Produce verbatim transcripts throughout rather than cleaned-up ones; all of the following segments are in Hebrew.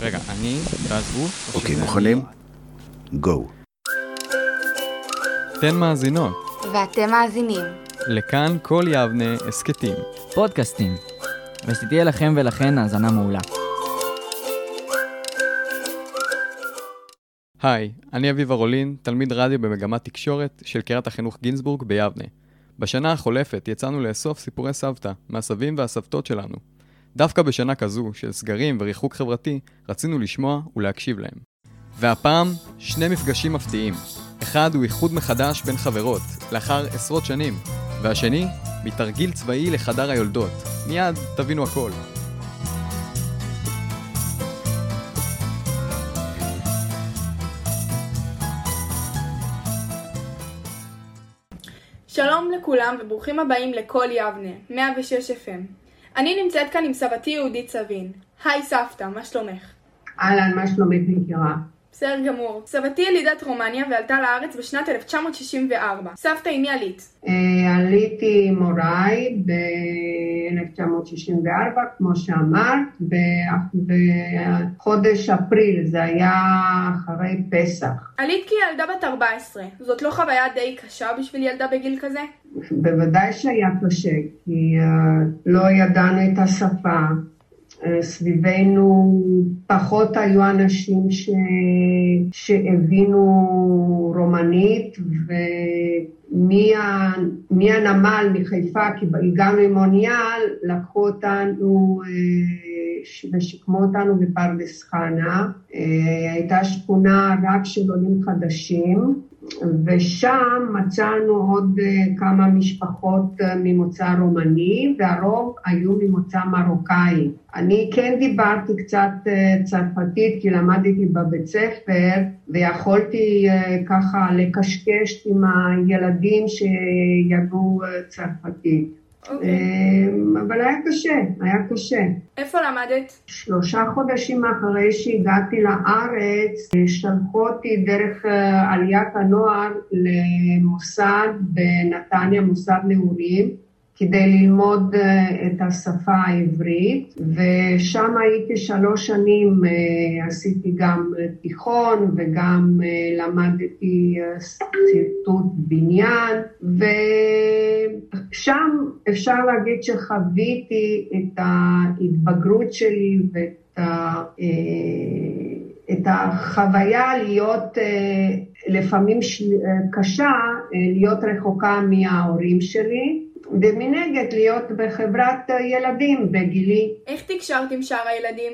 רגע, אני, ואז הוא. אוקיי, מוכנים? גו. אתן מאזינות. ואתם מאזינים. לכאן כל יבנה הסקטים. פודקאסטים. ושתהיה לכם ולכן האזנה מעולה. היי, אני אביב הרולין, תלמיד רדיו במגמת תקשורת של קריית החינוך גינזבורג ביבנה. בשנה החולפת יצאנו לאסוף סיפורי סבתא מהסבים והסבתות שלנו. דווקא בשנה כזו של סגרים וריחוק חברתי רצינו לשמוע ולהקשיב להם. והפעם שני מפגשים מפתיעים. אחד הוא איחוד מחדש בין חברות, לאחר עשרות שנים, והשני מתרגיל צבאי לחדר היולדות. מיד תבינו הכל. שלום לכולם וברוכים הבאים לכל יבנה, מאה ושש אף אם. אני נמצאת כאן עם סבתי יהודית סבין. היי סבתא, מה שלומך? אהלן, מה שלומך נקרא? בסדר גמור. סבתי ילידת רומניה ועלתה לארץ בשנת אלף תשע מאות שישים וארבע. סבתא, עם מי עלית? עליתי עם הוריי ב-אלף תשע מאות שישים וארבע, כמו שאמרת, בחודש אפריל, זה היה אחרי פסח. עלית כילדה בת ארבע עשרה. זאת לא חוויה די קשה בשביל ילדה בגיל כזה? בוודאי שהיה קשה, כי לא ידענו את השפה. סביבנו פחות היו אנשים ש... שהבינו רומנית, ומהנמל מחיפה, כי הגענו עם אונייה, לקחו אותנו ושיקמו אותנו בפרדס חנה. הייתה שכונה רק של עולים חדשים, ושם מצאנו עוד כמה משפחות ממוצא רומני, והרוב היו ממוצא מרוקאי. אני כן דיברתי קצת צרפתית, כי למדתי בבית ספר, ויכולתי ככה לקשקש עם הילדים שידעו צרפתית. Okay. אבל היה קשה, היה קשה. איפה למדת? שלושה חודשים אחרי שהגעתי לארץ, שלחו אותי דרך עליית הנוער למוסד בנתניה, מוסד נעורים, כדי ללמוד את השפה העברית, ושם הייתי שלוש שנים, עשיתי גם תיכון וגם למדתי סרטוט בניין, ושם אפשר להגיד שחוויתי את ההתבגרות שלי ואת ה... את החוויה להיות לפעמים קשה, להיות רחוקה מההורים שלי, ומנגד להיות בחברת ילדים בגילי. איך תקשרת עם שאר הילדים?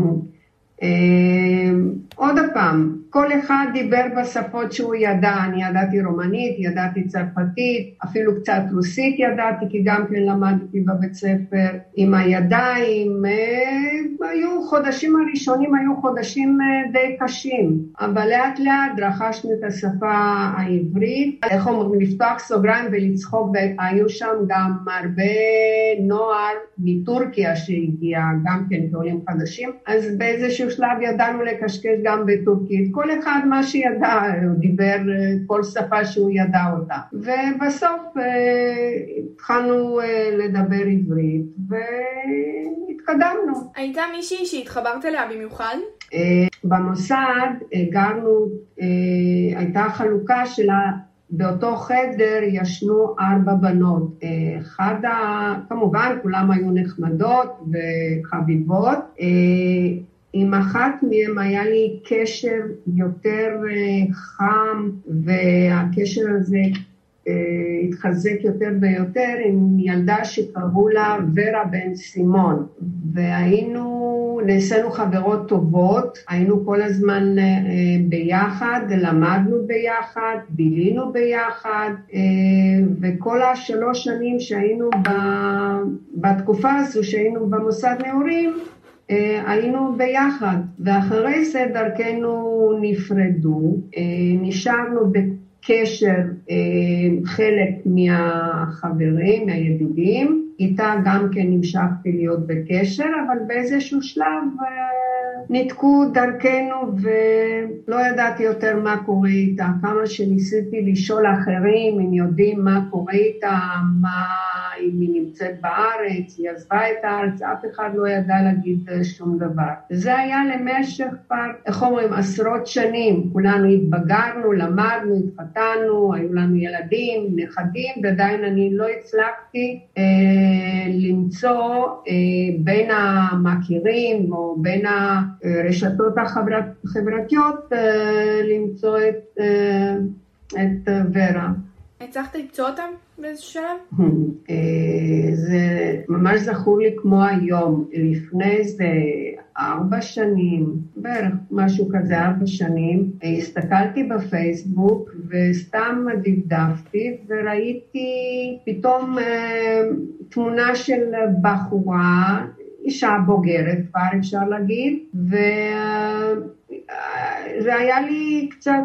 עוד פעם, כל אחד דיבר בשפות שהוא ידע. אני ידעתי רומנית, ידעתי צרפתית, אפילו קצת רוסית ידעתי, כי גם כן למדתי בבית ספר עם הידיים. היו חודשים הראשונים, היו חודשים די קשים, אבל לאט לאט רכשנו את השפה העברית. איך אומרים, לפתוח סוגריים ולצחוק, והיו שם גם הרבה נוער מטורקיה שהגיע, גם כן כעולים חדשים, אז באיזשהו שלב ידענו לקשקש גם בטורקית. כל אחד מה שידע, הוא דיבר כל שפה שהוא ידע אותה. ובסוף התחלנו לדבר עברית והתקדמנו. הייתה מישהי שהתחברת אליה במיוחד? במוסד גרנו, הייתה חלוקה שלה, באותו חדר ישנו ארבע בנות. אחד, כמובן, כולם היו נחמדות וחביבות. עם אחת מהם היה לי קשר יותר חם, והקשר הזה התחזק יותר ויותר עם ילדה שקראו לה ורה בן סימון. והיינו, נעשינו חברות טובות, היינו כל הזמן ביחד, למדנו ביחד, בילינו ביחד, וכל השלוש שנים שהיינו בתקופה הזו, שהיינו במוסד נעורים, היינו ביחד, ואחרי זה דרכנו נפרדו, נשארנו בקשר חלק מהחברים, מהידידים, איתה גם כן המשכתי להיות בקשר, אבל באיזשהו שלב נתקו דרכנו ולא ידעתי יותר מה קורה איתה. כמה שניסיתי לשאול אחרים אם יודעים מה קורה איתה, מה אם היא נמצאת בארץ, היא עזבה את הארץ, אף אחד לא ידע להגיד שום דבר. זה היה למשך כבר, איך אומרים, עשרות שנים. כולנו התבגרנו, למדנו, התחתנו, היו לנו ילדים, נכדים, ועדיין אני לא הצלחתי אה, למצוא אה, בין המכירים או בין הרשתות החברת, החברתיות אה, למצוא את, אה, את ורה. הצלחת למצוא אותם באיזשהו שלב? זה ממש זכור לי כמו היום, לפני זה ארבע שנים, בערך משהו כזה ארבע שנים, הסתכלתי בפייסבוק וסתם דפדפתי וראיתי פתאום תמונה של בחורה, אישה בוגרת כבר אפשר להגיד, וזה היה לי קצת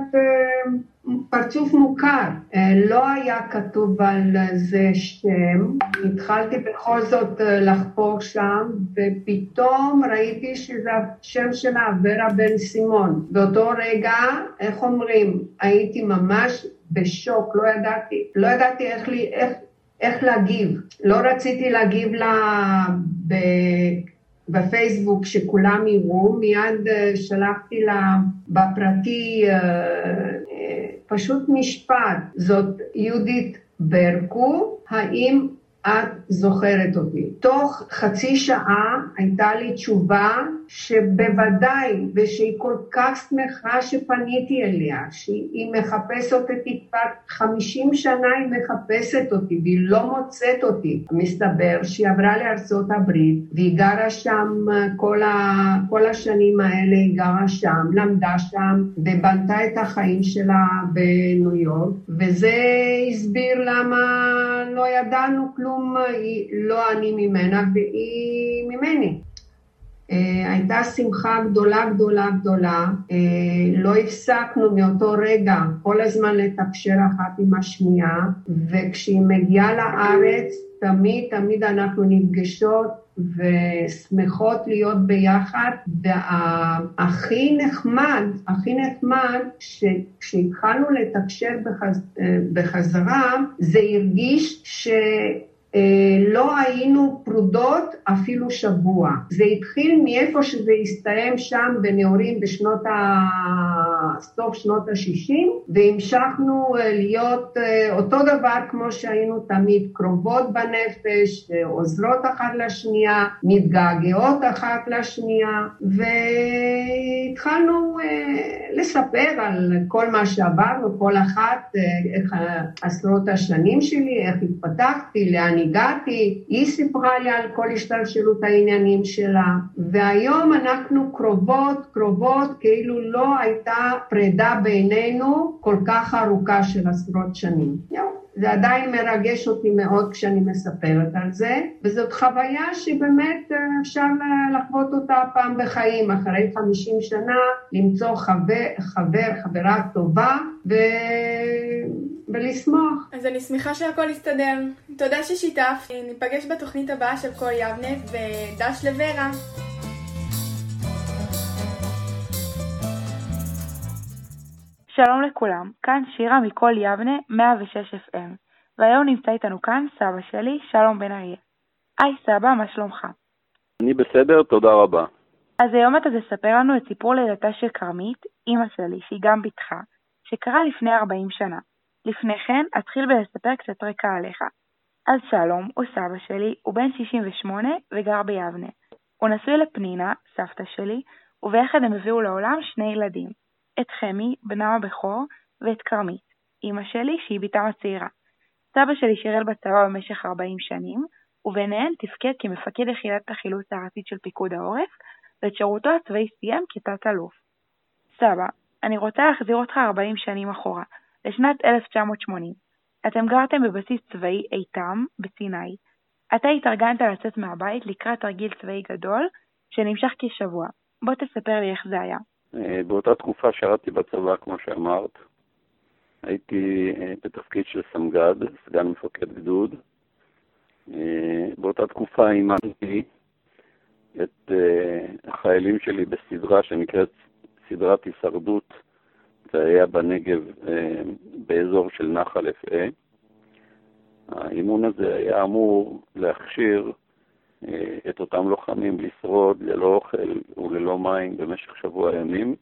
פרצוף מוכר, לא היה כתוב על זה שם, התחלתי בכל זאת לחפור שם, ופתאום ראיתי שזה השם שלה ורה בן סימון. באותו רגע, איך אומרים, הייתי ממש בשוק, לא ידעתי, לא ידעתי איך, לי, איך, איך להגיב. לא רציתי להגיב לה ב... בפייסבוק שכולם יראו, מיד שלחתי לה בפרטי פשוט משפט, זאת יהודית ברקו, האם את זוכרת אותי? תוך חצי שעה הייתה לי תשובה שבוודאי, ושהיא כל כך שמחה שפניתי אליה, שהיא מחפשת אותי כבר חמישים שנה, היא מחפשת אותי והיא לא מוצאת אותי. מסתבר שהיא עברה לארצות הברית והיא גרה שם כל, ה... כל השנים האלה, היא גרה שם, למדה שם ובנתה את החיים שלה בניו יורק, וזה הסביר למה לא ידענו כלום, לא אני ממנה והיא ממני. הייתה שמחה גדולה גדולה גדולה, לא הפסקנו מאותו רגע כל הזמן לתקשר אחת עם השנייה, וכשהיא מגיעה לארץ תמיד תמיד אנחנו נפגשות ושמחות להיות ביחד, והכי נחמד, הכי נחמד כשהתחלנו לתקשר בחז... בחזרה, זה הרגיש ש... לא היינו פרודות אפילו שבוע. זה התחיל מאיפה שזה הסתיים שם בנעורים בשנות ה... סוף שנות ה-שישים, והמשכנו להיות אותו דבר כמו שהיינו תמיד, קרובות בנפש, עוזרות אחת לשנייה, מתגעגעות אחת לשנייה, והתחלנו לספר על כל מה שעברנו, כל אחת, איך עשרות השנים שלי, איך התפתחתי, לאן הגעתי, היא סיפרה לי על כל השתלשלות העניינים שלה, והיום אנחנו קרובות, קרובות, כאילו לא הייתה פרידה בינינו כל כך ארוכה של עשרות שנים. יו, זה עדיין מרגש אותי מאוד כשאני מספרת על זה, וזאת חוויה שבאמת אפשר לחוות אותה פעם בחיים, אחרי חמישים שנה, למצוא חבר, חבר, חברה טובה, ו... ולשמוח. אז אני שמחה שהכל יסתדר. תודה ששיתף. ניפגש בתוכנית הבאה של כל יבנה, ודש לורה. שלום לכולם, כאן שירה מכל יבנה מאה ושש אף אם, והיום נמצא איתנו כאן סבא שלי, שלום בן אריה. היי סבא, מה שלומך? אני בסדר, תודה רבה. אז היום אתה תספר לנו את סיפור לידתה של כרמית, אמא שלי, שהיא גם בתך, שקרה לפני ארבעים שנה. לפני כן, אתחיל בלספר קצת רקע עליך. אז שלום, הוא סבא שלי, הוא בן שישים ושמונה וגר ביבנה. הוא נשוי לפנינה, סבתא שלי, וביחד הם הביאו לעולם שני ילדים. את חמי, בנם הבכור, ואת כרמית, אמא שלי שהיא ביתם הצעירה. סבא שלי שירת בצבא במשך ארבעים שנים, וביניהן תפקד כמפקד יחידת החילוץ הארצית של פיקוד העורף, ואת שירותו הצבאי סיים כתת אלוף. סבא, אני רוצה להחזיר אותך ארבעים שנים אחורה, לשנת אלף תשע מאות שמונים. אתם גרתם בבסיס צבאי איתם בסיני. אתה התארגנת לצאת מהבית לקראת תרגיל צבאי גדול, שנמשך כשבוע. בוא תספר לי איך זה היה. באותה תקופה שירתי בצבא, כמו שאמרת. הייתי בתפקיד של סמג"ד, סגן מפקד גדוד. באותה תקופה אימנתי את החיילים שלי בסדרה שנקראת סדרת הישרדות, זה היה בנגב באזור של נחל אפעה. האימון הזה היה אמור להכשיר את אותם לוחמים לשרוד ללא אוכל וללא מים במשך שבוע ימים,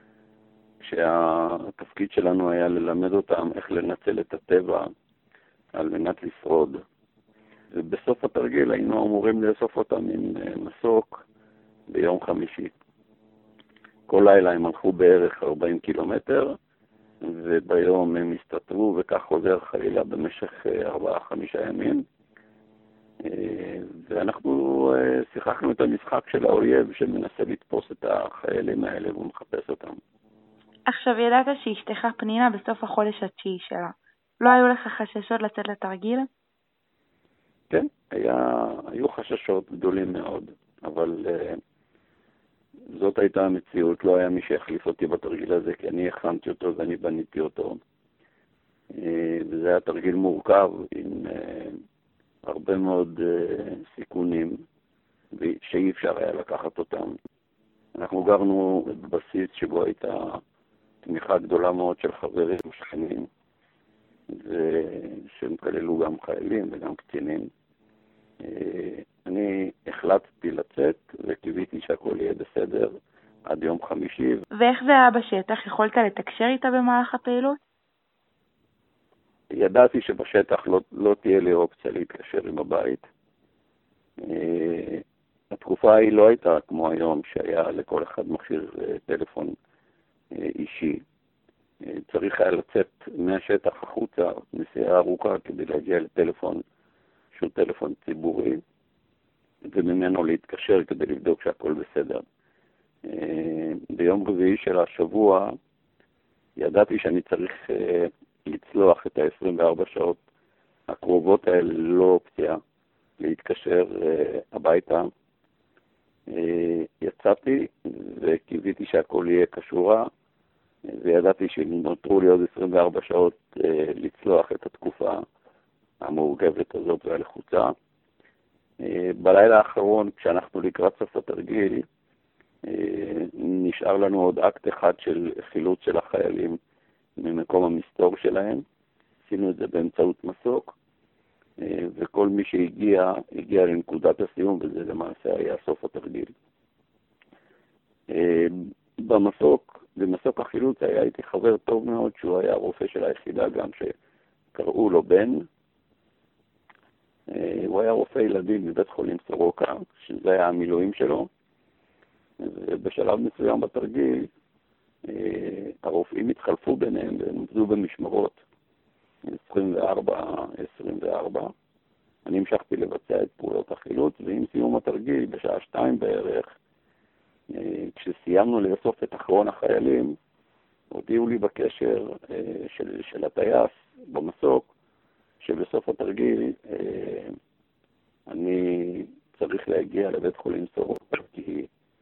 שהתפקיד שלנו היה ללמד אותם איך לנצל את הטבע על מנת לשרוד. ובסוף התרגיל היינו אמורים לאסוף אותם עם מסוק ביום חמישי. כל לילה הם הלכו בערך ארבעים קילומטר, וביום הם הסתתרו, וכך חוזר חלילה במשך ארבעה חמישה ימים. ואנחנו שיחקנו את המשחק של האויב שמנסה לתפוס את החיילים האלה ומחפש אותם. עכשיו ידעת שאשתך פנינה בסוף החודש התשיעי שלה. לא היו לך חששות לצאת לתרגיל? כן, היה, היו חששות גדולים מאוד, אבל uh, זאת הייתה המציאות. לא היה מי שיחליף אותי בתרגיל הזה, כי אני הכנתי אותו ואני בניתי אותו. Uh, וזה היה תרגיל מורכב עם uh, הרבה מאוד uh, סיכונים שאי אפשר היה לקחת אותם. אנחנו גרנו בבסיס שבו הייתה תמיכה גדולה מאוד של חברים ושכנים, ושהם כללו גם חיילים וגם קצינים. אני החלטתי לצאת וקיוויתי שהכל יהיה בסדר עד יום חמישי. ואיך זה היה בשטח? יכולת לתקשר איתה במהלך הפעילות? ידעתי שבשטח לא, לא תהיה לי אופציה להתקשר עם הבית. התקופה היא לא הייתה כמו היום שהיה לכל אחד מכשיר טלפון אישי. צריך היה לצאת מהשטח החוצה, נסיעה ארוכה כדי להגיע לטלפון שהוא טלפון ציבורי, וממנו להתקשר כדי לבדוק שהכל בסדר. ביום רביעי של השבוע ידעתי שאני צריך לצלוח את ה-עשרים וארבע שעות הקרובות האלה ללא אופציה להתקשר הביתה. יצאתי וקיוויתי שהכל יהיה קשורה, וידעתי שנותרו לי עוד עשרים וארבע שעות לצלוח את התקופה המורכבת הזאת והלחוצה. בלילה האחרון, כשאנחנו לקראת סוף התרגיל, נשאר לנו עוד אקט אחד של חילוץ של החיילים ממקום המסתור שלהם. עשינו את זה באמצעות מסוק, וכל מי שהגיע, הגיע לנקודת הסיום, וזה למעשה היה סוף התרגיל. במסוק, במסוק החילוץ היה איתי חבר טוב מאוד, שהוא היה רופא של היחידה גם, שקראו לו בן. הוא היה רופא ילדים בבית חולים סורוקה, שזה היה המילואים שלו. ובשלב מסוים בתרגיל, הרופאים התחלפו ביניהם והם עבדו במשמרות עשרים וארבע עשרים וארבע. אני המשכתי לבצע את פעולות החילוץ, ועם סיום התרגיל בשעה שתיים בערך, כשסיימנו לאסוף את אחרון החיילים, הודיעו לי בקשר של, של הטייס במסוק, שבסוף התרגיל אני צריך להגיע לבית חולים סורוקה, כי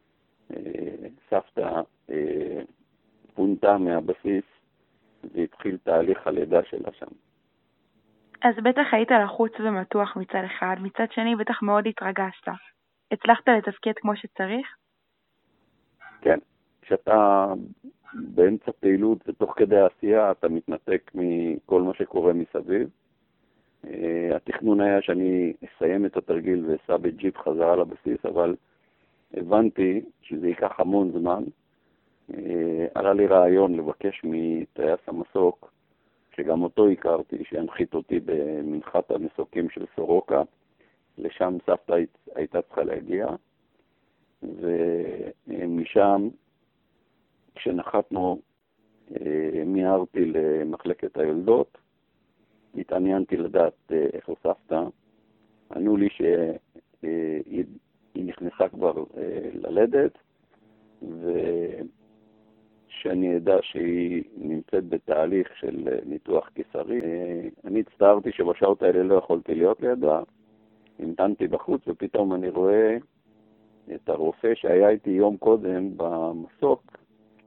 סבתא פונתה מהבסיס והתחיל תהליך הלידה שלה שם. אז בטח היית לחוץ ומתוח מצד אחד, מצד שני בטח מאוד התרגשת. הצלחת לתפקד כמו שצריך? כן, כשאתה באמצע פעילות ותוך כדי העשייה אתה מתנתק מכל מה שקורה מסביב. התכנון היה שאני אסיים את התרגיל ואסע בג'יפ חזרה לבסיס, אבל הבנתי שזה ייקח המון זמן. עלה לי רעיון לבקש מטייס המסוק, שגם אותו הכרתי, שהנחית אותי במנחת המסוקים של סורוקה, לשם סבתא הייתה צריכה להגיע, ומשם כשנחתנו מיהרתי למחלקת היולדות, התעניינתי לדעת איך סבתא, ענו לי שהיא נכנסה כבר ללדת, ושאני אדע שהיא נמצאת בתהליך של ניתוח קיסרי. אני הצטערתי שבשעות האלה לא יכולתי להיות לידה, המתנתי בחוץ ופתאום אני רואה את הרופא שהיה איתי יום קודם במסוק,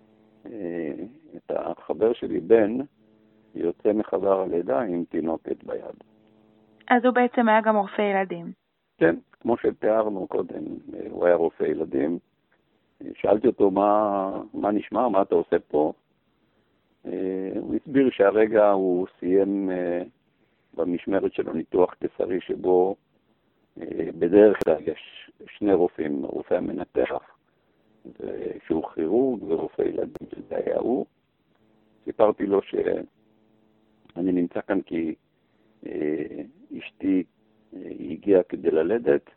את החבר שלי בן, יוצא מחדר הלידה עם תינוקת ביד. אז הוא בעצם היה גם רופא ילדים. כן, כמו שתיארנו קודם, הוא היה רופא ילדים. שאלתי אותו מה, מה נשמע, מה אתה עושה פה. הוא הסביר שהרגע הוא סיים במשמרת שלו ניתוח קיסרי שבו בדרך כלל יש שני רופאים, רופא המנתח, שהוא כירורג, ורופא ילדים שזה היה הוא. סיפרתי לו שאני נמצא כאן כי אה, אשתי אה, היא הגיעה כדי ללדת,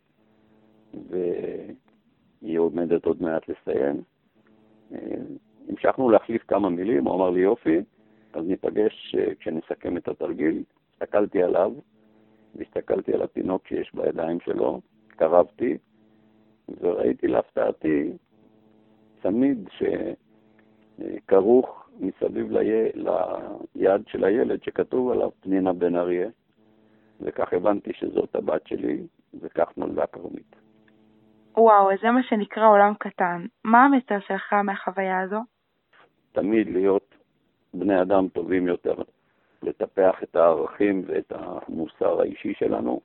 והיא עומדת עוד מעט לסיים. אה, המשכנו להחליף כמה מילים, הוא אמר לי יופי, אז ניפגש אה, כשנסכם את התרגיל. הסתכלתי עליו, והסתכלתי על התינוק שיש בידיים שלו, קרבתי, וראיתי להפתעתי צמיד שכרוך מסביב לי... ליד של הילד שכתוב עליו פנינה בן אריה, וכך הבנתי שזאת הבת שלי, וכך נולדה כרמית. וואו, זה מה שנקרא עולם קטן. מה המסר שלך מהחוויה הזו? תמיד להיות בני אדם טובים יותר, לטפח את הערכים ואת המוסר האישי שלנו.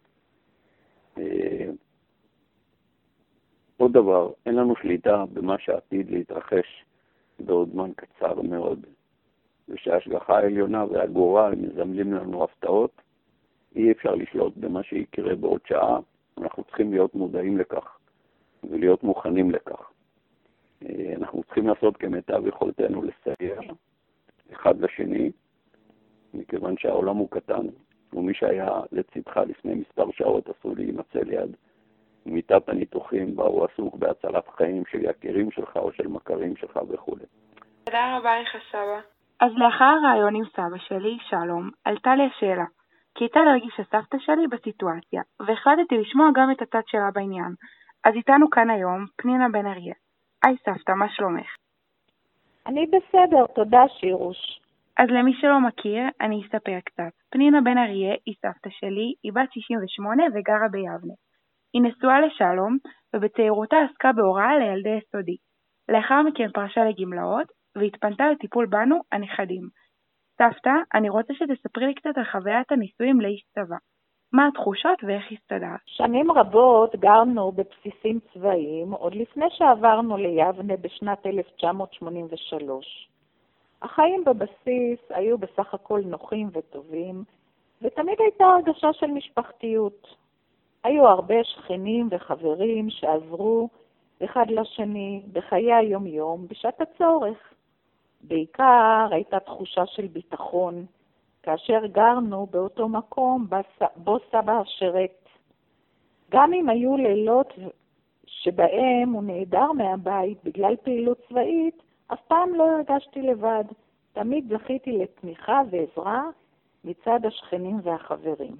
עוד דבר, אין לנו שליטה במה שעתיד להתרחש בעוד זמן קצר מאוד, ושההשגחה העליונה והגורל מזמנים לנו הפתעות. אי אפשר לשלוט במה שיקרה בעוד שעה, אנחנו צריכים להיות מודעים לכך ולהיות מוכנים לכך. אנחנו צריכים לעשות כמיטב יכולתנו לסייע אחד לשני, מכיוון שהעולם הוא קטן, ומי שהיה לצדך לפני מספר שעות עשו להימצא ליד מיטת הניתוחים, בה הוא עסוק בהצלת חיים של יקירים שלך או של מכרים שלך וכו'. תודה רבה לך סבא. אז לאחר הרעיון עם סבא שלי, שלום, עלתה לי השאלה, כיצד הרגיש הסבתא שלי בסיטואציה, והחלטתי לשמוע גם את הצד שלה בעניין. אז איתנו כאן היום פנינה בן אריה. היי סבתא, מה שלומך? אני בסדר, תודה שירוש. אז למי שלא מכיר, אני אספר קצת. פנינה בן אריה היא סבתא שלי, היא בת שישים ושמונה וגרה ביבנה. היא נשואה לשלום, ובצעירותה עסקה בהוראה לילדי יסודי. לאחר מכן פרשה לגמלאות, והתפנתה לטיפול בנו, הנכדים. סבתא, אני רוצה שתספרי לי קצת על חוויית הנישואים לאיש צבא. מה התחושות ואיך הסתדרת? שנים רבות גרנו בבסיסים צבאיים, עוד לפני שעברנו ליבנה בשנת אלף תשע מאות שמונים ושלוש. החיים בבסיס היו בסך הכל נוחים וטובים, ותמיד הייתה הרגשה של משפחתיות. היו הרבה שכנים וחברים שעזרו אחד לשני בחיי היום-יום בשעת הצורך. בעיקר הייתה תחושה של ביטחון, כאשר גרנו באותו מקום בו סבא שרת. גם אם היו לילות שבהם הוא נעדר מהבית בגלל פעילות צבאית, אף פעם לא הרגשתי לבד. תמיד זכיתי לתמיכה ועזרה מצד השכנים והחברים.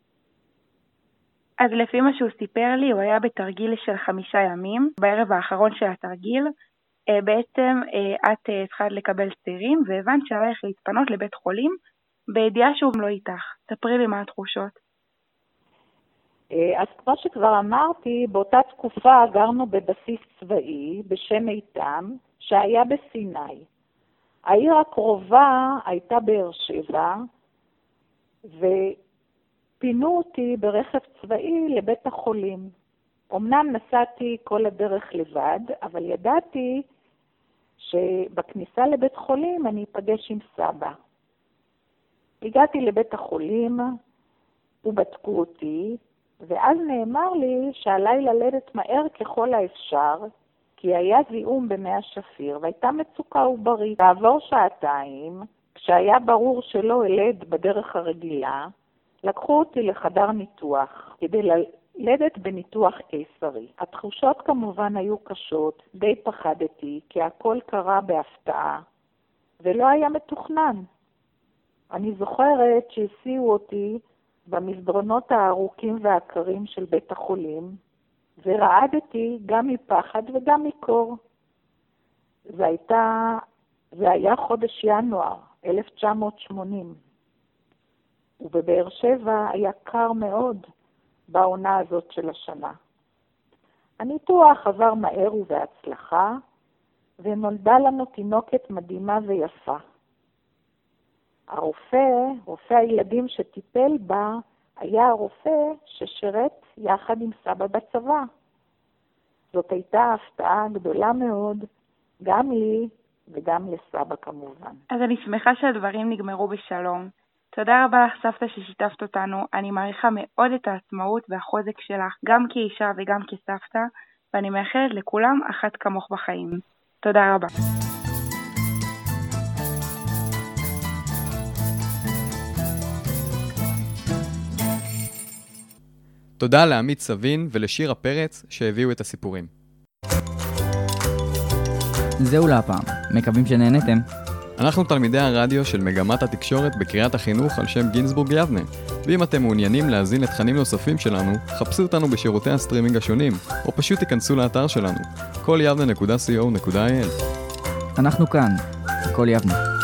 אז לפי מה שהוא סיפר לי, הוא היה בתרגיל של חמישה ימים. בערב האחרון של התרגיל, בעצם את התחלת לקבל צירים, והבנת שעלייך להתפנות לבית חולים, בידיעה שהוא לא איתך. ספרי לי מה התחושות. אז כמו שכבר אמרתי, באותה תקופה גרנו בבסיס צבאי בשם איתם, שהיה בסיני. העיר הקרובה הייתה באר שבע, ופינו אותי ברכב צבאי לבית החולים. אמנם נסעתי כל הדרך לבד, אבל ידעתי שבכניסה לבית חולים אני אפגש עם סבא. הגעתי לבית החולים, ובדקו אותי, ואז נאמר לי שעליי ללדת מהר ככל האפשר, כי היה זיהום במי השפיר, והייתה מצוקה עוברית. לעבור שעתיים, כשהיה ברור שלא אלד בדרך הרגילה, לקחו אותי לחדר ניתוח, כדי ללדת בניתוח קיסרי. התחושות כמובן היו קשות, די פחדתי, כי הכל קרה בהפתעה, ולא היה מתוכנן. אני זוכרת שהסיעו אותי במסדרונות הארוכים והקרים של בית החולים, ורעדתי גם מפחד וגם מקור. זה הייתה, זה היה חודש ינואר, אלף תשע מאות שמונים. ובבאר שבע היה קר מאוד בעונה הזאת של השנה. הניתוח עבר מהר ובהצלחה, ונולדה לנו תינוקת מדהימה ויפה. הרופא, רופא הילדים שטיפל בה, היה הרופא ששירת יחד עם סבא בצבא. זאת הייתה הפתעה גדולה מאוד, גם לי וגם לסבא כמובן. אז אני שמחה שהדברים נגמרו בשלום. תודה רבה לך סבתא ששיתפת אותנו, אני מעריכה מאוד את העצמאות והחוזק שלך, גם כאישה וגם כסבתא, ואני מאחלת לכולם אחת כמוך בחיים. תודה רבה. תודה לעמית סבין ולשירה פרץ שהביאו את הסיפורים. זהו להפעם, מקווים שנהנתם. אנחנו תלמידי הרדיו של מגמת התקשורת בקריית החינוך על שם גינזבורג יבנה, ואם אתם מעוניינים להזין לתכנים נוספים שלנו, חפשו אותנו בשירותי הסטרימינג השונים, או פשוט תיכנסו לאתר שלנו, כל יבנה נקודה סי או נקודה איי אל. אנחנו כאן, כל יבנה.